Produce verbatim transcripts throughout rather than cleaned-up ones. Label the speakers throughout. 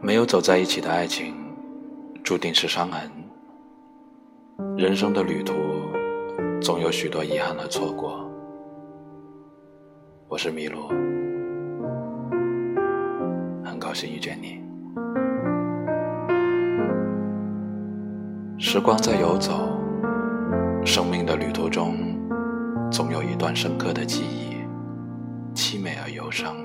Speaker 1: 没有走在一起的爱情，注定是伤痕。人生的旅途，总有许多遗憾和错过。我是麋鹿，很高兴遇见你。时光在游走，生命的旅途中，总有一段深刻的记忆，凄美而忧伤。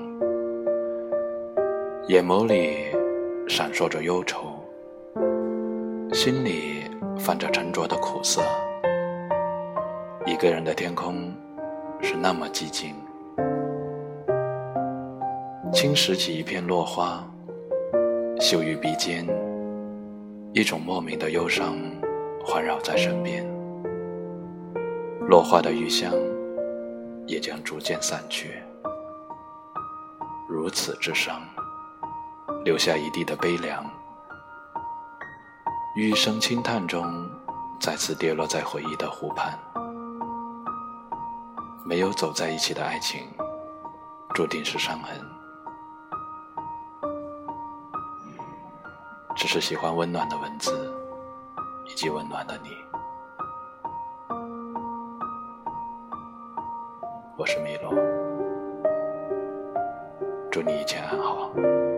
Speaker 1: 眼眸里闪烁着忧愁，心里泛着沉着的苦涩。一个人的天空是那么寂静，轻拾起一片落花，嗅于鼻尖，一种莫名的忧伤环绕在身边。落花的余香也将逐渐散去，如此之伤，留下一地的悲凉。余生轻叹中，再次跌落在回忆的湖畔。没有走在一起的爱情，注定是伤痕。只是喜欢温暖的文字，以及温暖的你。我是麋鹿，祝你一切安好。